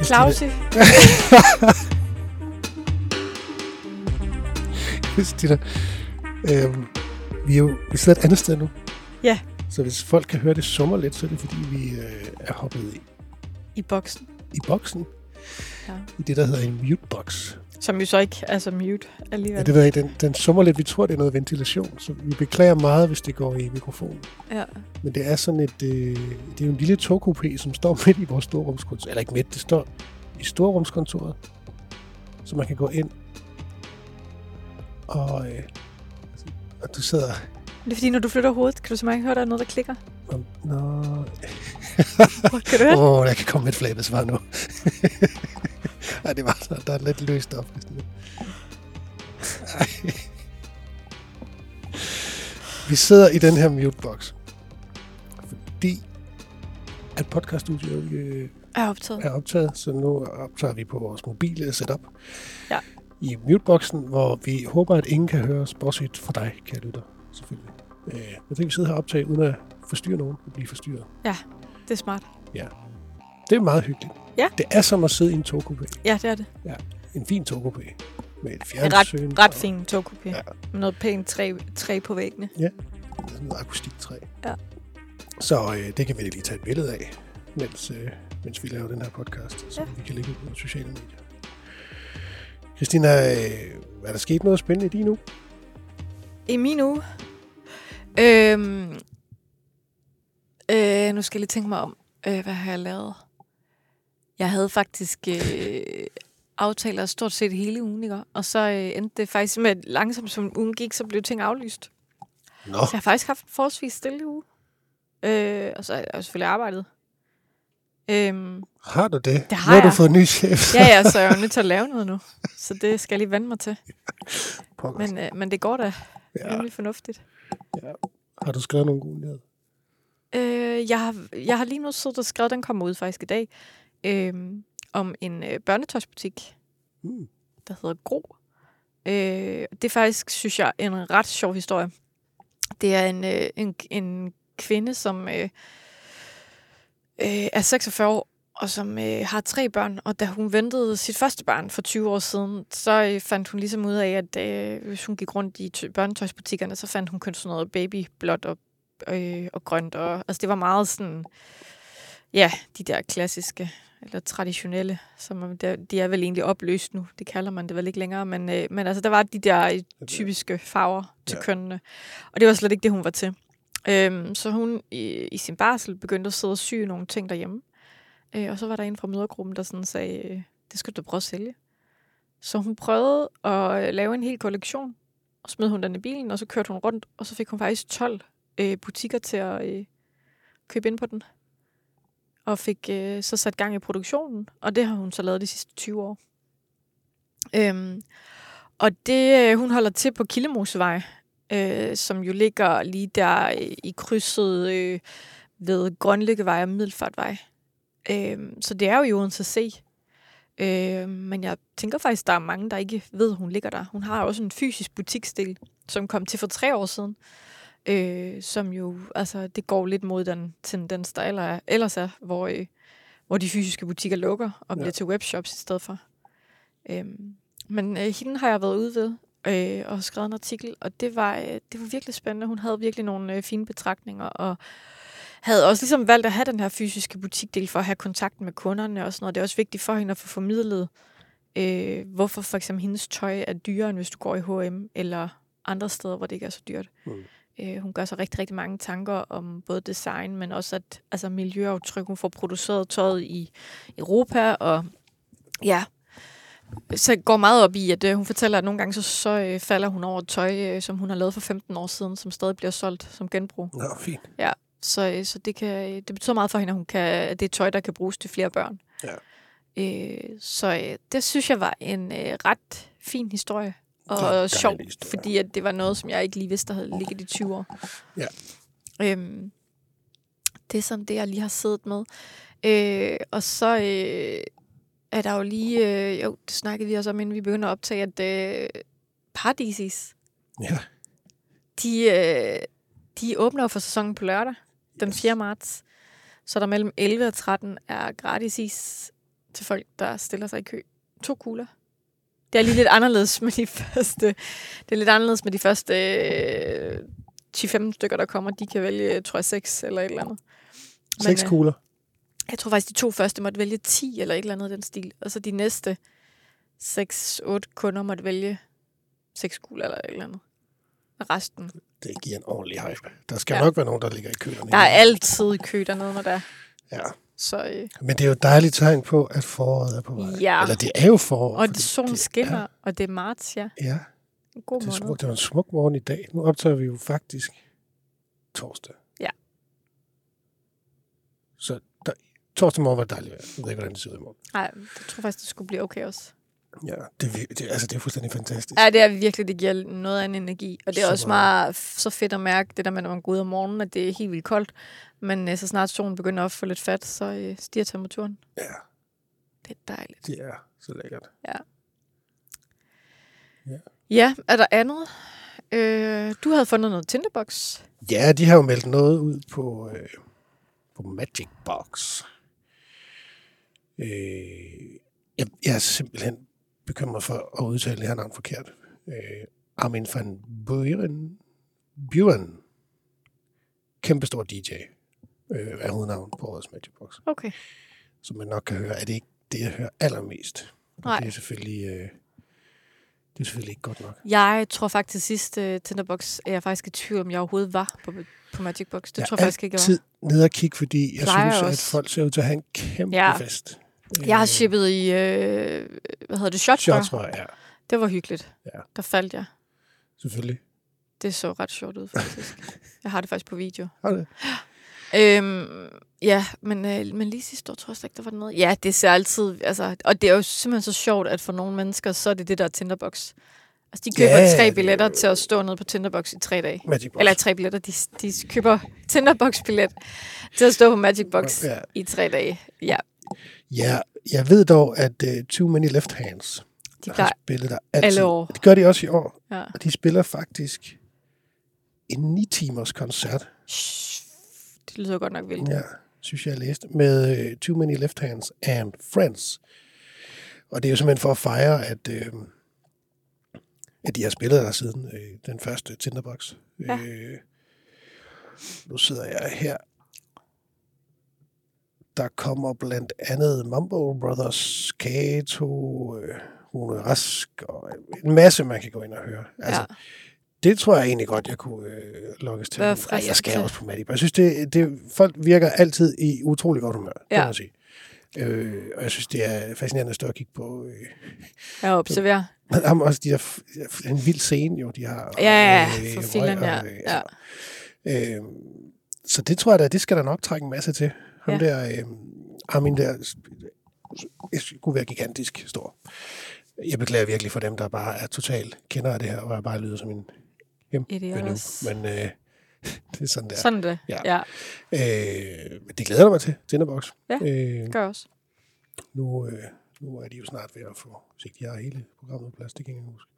Clausi. Christina, vi sidder et andet sted nu. Ja. Så hvis folk kan høre det summer lidt, så er det fordi, vi er hoppet I boksen. i boksen. Ja. I det, der hedder en mute-box. Som jo så ikke er så mute alligevel. Ja, det ved jeg ikke. Den summer lidt. Vi tror, det er noget ventilation, så vi beklager meget, hvis det går i mikrofonen. Ja. Men det er sådan et... det er jo en lille togkupé, som står midt i vores storrumskontor. Eller ikke midt, det står i storrumskontoret. Så man kan gå ind og du sidder... Det er fordi, når du flytter hovedet, kan du simpelthen høre, der er noget, der klikker? Nå... Kan du høre? Jeg kan komme med et flabet svar nu. Ej, det var så. Der er lidt løst op. Vi sidder i den her mutebox, fordi at podcaststudiet er optaget, så nu optager vi på vores mobile setup i muteboxen, hvor vi håber, at ingen kan høre os, bortset fra dig, kære lytter, selvfølgelig. Jeg tænker, vi sidder her og optager, uden at forstyrre nogen og blive forstyrret. Ja, det er smart. Ja. Det er meget hyggeligt. Ja. Det er som at sidde i en togkupé. Ja, det er det. Ja, en fin togkupé. Med et fjernsyn. Ret fin togkupé. Ja. Med noget pænt træ på væggene. Ja, sådan noget akustiktræ. Ja. Så det kan vi lige tage et billede af, mens vi laver den her podcast, så vi kan lægge ud på sociale medier. Christina, er der sket noget spændende i din uge? I min uge? Nu skal jeg lige tænke mig om, hvad har jeg lavet? Jeg havde faktisk aftaler stort set hele ugen, ikke? Og så endte det faktisk med, langsomt som ugen gik, så blev ting aflyst. Nå. Så jeg har faktisk haft en forholdsvis stille uge. Og så har jeg selvfølgelig arbejdet. Har du det? Det har jeg. Nu har jeg. du fået en ny chef. Ja, så jeg er jo nødt til at lave noget nu. Så det skal jeg lige vende mig til. Men det går da rimelig fornuftigt. Ja. Har du skrevet nogle gode nyheder? Jeg har lige nu siddet og skrevet, den kommer ud faktisk i dag, om en børnetøjsbutik, der hedder Gro. Det er faktisk, synes jeg, en ret sjov historie. Det er en kvinde, som er 46 år, og som har 3 børn. Og da hun ventede sit første barn for 20 år siden, så fandt hun ligesom ud af, at hvis hun gik rundt i børnetøjsbutikkerne, så fandt hun kun sådan noget babyblåt og grønt. Altså det var meget sådan, ja, de der klassiske eller traditionelle, som de er vel egentlig opløst nu. Det kalder man det vel ikke længere, men altså der var de der typiske farver til kønnene. Og det var slet ikke det, hun var til. Så hun i sin barsel begyndte at sidde og sy nogle ting derhjemme. Og så var der en fra mødergruppen, der sådan sagde, det skal du prøve at sælge. Så hun prøvede at lave en hel kollektion, og smed hun den i bilen, og så kørte hun rundt, og så fik hun faktisk 12 butikker til at købe ind på den. Og fik så sat gang i produktionen, og det har hun så lavet de sidste 20 år. Og det, hun holder til på Kildemosevej, som jo ligger lige der i krydset ved Grønlykkevej og Middelfartvej. Så det er jo i Odense C. Men jeg tænker faktisk, der er mange, der ikke ved, hun ligger der. Hun har også en fysisk butiksdel, som kom til for 3 år siden. Som jo, altså, det går lidt mod den tendens, der ellers er, hvor de fysiske butikker lukker og bliver til webshops i stedet for. Men hende har jeg været ude ved og skrevet en artikel, og det var virkelig spændende. Hun havde virkelig nogle fine betragtninger, og havde også ligesom valgt at have den her fysiske butikdel for at have kontakt med kunderne og sådan noget. Det er også vigtigt for hende at få formidlet, hvorfor for eksempel hendes tøj er dyrere, end hvis du går i H&M eller andre steder, hvor det ikke er så dyrt. Hun gør sig rigtig, rigtig mange tanker om både design, men også at miljøaftryk. Hun får produceret tøjet i Europa, og ja, så går meget op i, at hun fortæller, at nogle gange så falder hun over tøj, som hun har lavet for 15 år siden, som stadig bliver solgt som genbrug. Nå, fint. Ja, så det betyder meget for hende, at det er tøj, der kan bruges til flere børn. Ja. Så det synes jeg var en ret fin historie. Og sjov, fordi at det var noget, som jeg ikke lige vidste, der havde ligget i 20 år. Ja. Det er sådan det, jeg lige har siddet med. Og så er der jo lige... det snakkede vi også om, inden vi begyndte at optage, at Paradisis, de åbner jo for sæsonen på lørdag, den 4. marts. Så der mellem 11 og 13 er gratis is til folk, der stiller sig i kø. 2 kugler. Det er lige lidt anderledes med de første... Det er lidt anderledes med de første 10-15 stykker, der kommer. De kan vælge, tror jeg, 6 eller et eller andet. 6 kugler? Jeg tror faktisk, de 2 første måtte vælge 10 eller et eller andet i den stil. Og så de næste 6-8 kunder måtte vælge 6 kugler eller et eller andet. Og resten... Det giver en ordentlig hype. Der skal nok være nogen, der ligger i kø dernede. Der er altid kø dernede, når der er. Ja. Så, men det er jo et dejligt tegn på, at foråret er på vej. Ja. Eller det er jo forår. Og solen skinner, og det er marts, ja. Ja. En god måned. Det var en smuk morgen i dag. Nu optager vi jo faktisk torsdag. Ja. Så torsdag morgen var det dejligt vejr. Jeg ved ikke, hvordan det ser ud i morgen. Nej, jeg tror faktisk, det skulle blive okay også. Ja, det er fuldstændig fantastisk. Ja, det er virkelig, det giver noget af en energi. Og det er også meget så fedt at mærke, det der med, når man går ud om morgenen, at det er helt vildt koldt. Men så snart solen begynder at få lidt fat, så stiger temperaturen. Ja. Det er dejligt. Det er så lækkert. Ja. Ja, er der andet? Du havde fundet noget Tinderbox. Ja, de har jo meldt noget ud på Magic Box. Jeg er simpelthen bekymret for at udtale det her navn forkert. Armin van Buuren. Kæmpestor DJ. Er hovednavn på årets Magic Box. Okay. Som man nok kan høre, er det ikke det, jeg hører allermest. Nej. Det er selvfølgelig ikke godt nok. Jeg tror faktisk sidste Tinderbox er jeg faktisk i tvivl, om jeg overhovedet var på Magic Box. Det tror jeg faktisk ikke, jeg var. Jeg er altid nede og kigge, fordi jeg synes, også. at folk ser ud til at have en kæmpe fest. Jeg har shippet i, Shots, ja. Det var hyggeligt. Ja. Der faldt jeg. Selvfølgelig. Det så ret sjovt ud, faktisk. Jeg har det faktisk på video. Har det? Ja, men lige sidste år tror jeg ikke, der var noget. Ja, det ser altid, altså, og det er jo simpelthen så sjovt, at for nogle mennesker, så er det der Tinderbox. Altså, de køber 3 billetter til at stå nede på Tinderbox i 3 dage. Eller 3 billetter, de køber Tinderbox-billet til at stå på Magic Box i 3 dage. Ja. Ja, jeg ved dog, at Too Many Left Hands de har spillet der altid. Alle år. Det gør de også i år. Ja. Og de spiller faktisk en 9-timers koncert. Det lyder godt nok vildt. Ja, synes jeg læste. Med Too Many Left Hands and Friends. Og det er jo simpelthen for at fejre, at de har spillet der siden den første Tinderbox. Ja. Nu sidder jeg her. Der kommer blandt andet Mambo Brothers, Kato, Rune Rask og en masse, man kan gå ind og høre. Altså, det tror jeg egentlig godt, jeg kunne lokkes til. Jeg skal også på Magic. Jeg synes, folk virker altid i utrolig godt humør, kan man sige. Og jeg synes, det er fascinerende at stå og kigge på. Jeg observerer. Men der er også de der, en vild scene, jo, de har. For filen, så det tror jeg da, det skal der nok trække en masse til. Ham der, Armin der, kunne være gigantisk stor. Jeg beklager virkelig for dem, der bare er totalt kender af det her, og jeg bare lyder som en venue. Men det er sådan der. Sådan det, ja. Men det glæder jeg mig til, Tinderbox. Ja, det gør jeg også. Nu er de jo snart ved at få, så de har hele programmet på plads, det kan jeg huske.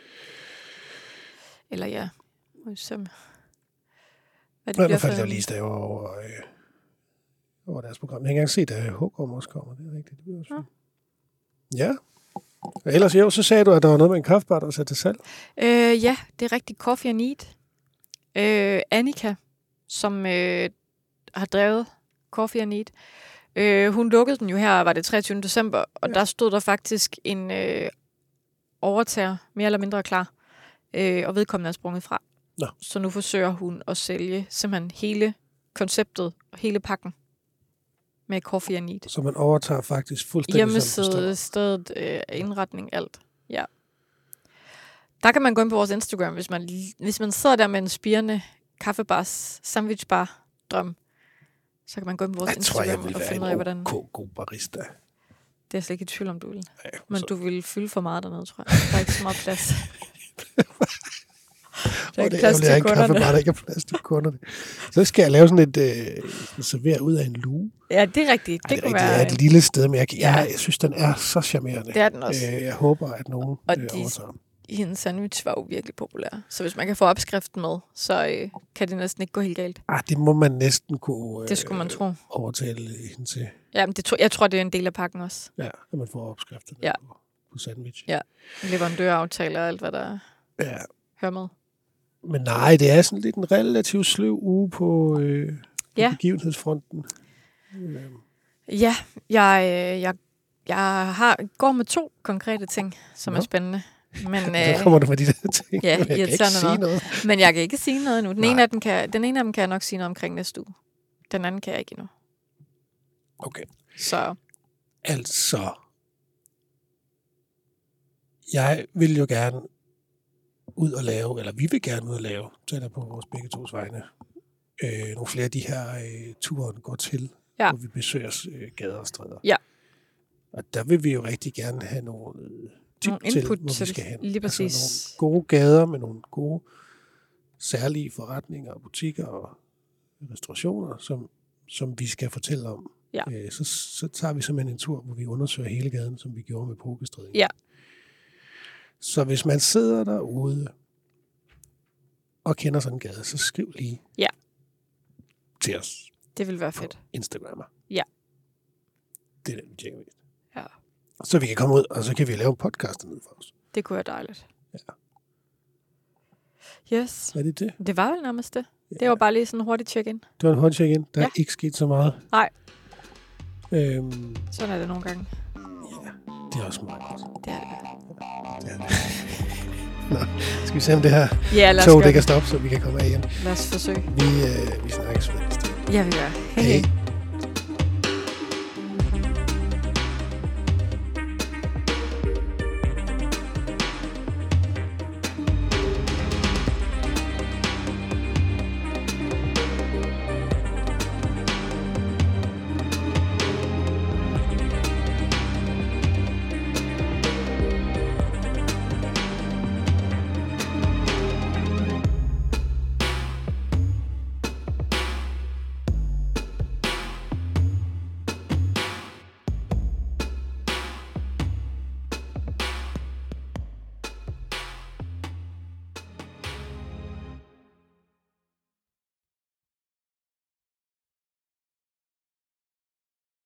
Eller ja, som... Hvad det bliver for... Jeg lige staver over deres program. Jeg har ikke engang set, at Håkon også kommer. Det er rigtigt. Det bliver også fint. Ja. Ellers jo, så sagde du, at der var noget med en kaffebar, der var sat til salg. Ja, det er rigtigt. Coffee and Eat. Annika, som har drevet Coffee and Eat. Hun lukkede den jo her, var det 23. december, og der stod der faktisk en overtager, mere eller mindre klar, og vedkommende er sprunget fra. Nå. Så nu forsøger hun at sælge simpelthen hele konceptet og hele pakken med Coffee and Eat. Så man overtager faktisk fuldstændig hjemmeside, stedet, indretning, alt. Ja. Der kan man gå ind på vores Instagram, hvis man sidder der med en spirende kaffebars, sandwichbar drøm, så kan man gå ind på vores Instagram og finde ud af, hvordan... god barista. Det er jeg slet ikke i tvivl om, du vil. Ja, men du vil fylde for meget dernede, tror jeg. Der er ikke så meget plads. Der er ikke plads til kunderne. Der ikke er plads til kunderne. Så skal jeg lave sådan et servere ud af en luge. Ja, det er rigtigt. Det kunne være... Det er et lille sted, men jeg synes, den er så charmerende. Det er den også. Jeg håber, at nogen overtager. hendes sandwich var jo virkelig populær. Så hvis man kan få opskriften med, så kan det næsten ikke gå helt galt. Det må man næsten kunne det skulle man tro. Overtale hende til. Ja, men jeg tror, det er en del af pakken også. Ja, at man får opskriften på sandwich. Ja, leverandøraftaler og alt, hvad der hører med. Men nej, det er sådan lidt en relativt sløv uge på begivenhedsfronten. Ja, jeg går med 2 konkrete ting, som er spændende. Men, så kommer du med de der ting. Ja, jeg kan ikke sige noget. Men jeg kan ikke sige noget nu. Den ene af dem kan jeg nok sige noget omkring næste uge. Den anden kan jeg ikke endnu. Okay. Så. Altså, jeg vil jo gerne ud og lave, eller vi vil gerne ud og lave, tæller på vores begge tos vegne, nogle flere af de her turen går til, hvor vi besøger gader og stræder. Ja. Og der vil vi jo rigtig gerne have nogle tip til, hvor vi skal hen. Lige præcis. Altså nogle gode gader med nogle gode, særlige forretninger og butikker og restaurationer, som vi skal fortælle om. Ja. Så tager vi simpelthen en tur, hvor vi undersøger hele gaden, som vi gjorde med Pokestræde. Ja. Så hvis man sidder derude og kender sådan en gade, så skriv lige til os. Det vil være fedt. Instagrammer. Ja. Det er det, vi tjekker mest. Ja. Så vi kan komme ud, og så kan vi lave en podcast dernede for os. Det kunne være dejligt. Ja. Yes. Er det? Det var vel nærmest det. Ja. Det var bare lige sådan en hurtig check-in. Det var en hurtig check-in. Der er ikke sket så meget. Nej. Sådan er det nogle gange. Ja, det er også meget godt. Det er det. Nå, skal vi se om det her tog, det kan stoppe, så vi kan komme af igen. Lad os forsøge. Vi snakkes ved. Ja, vi gør. Hej.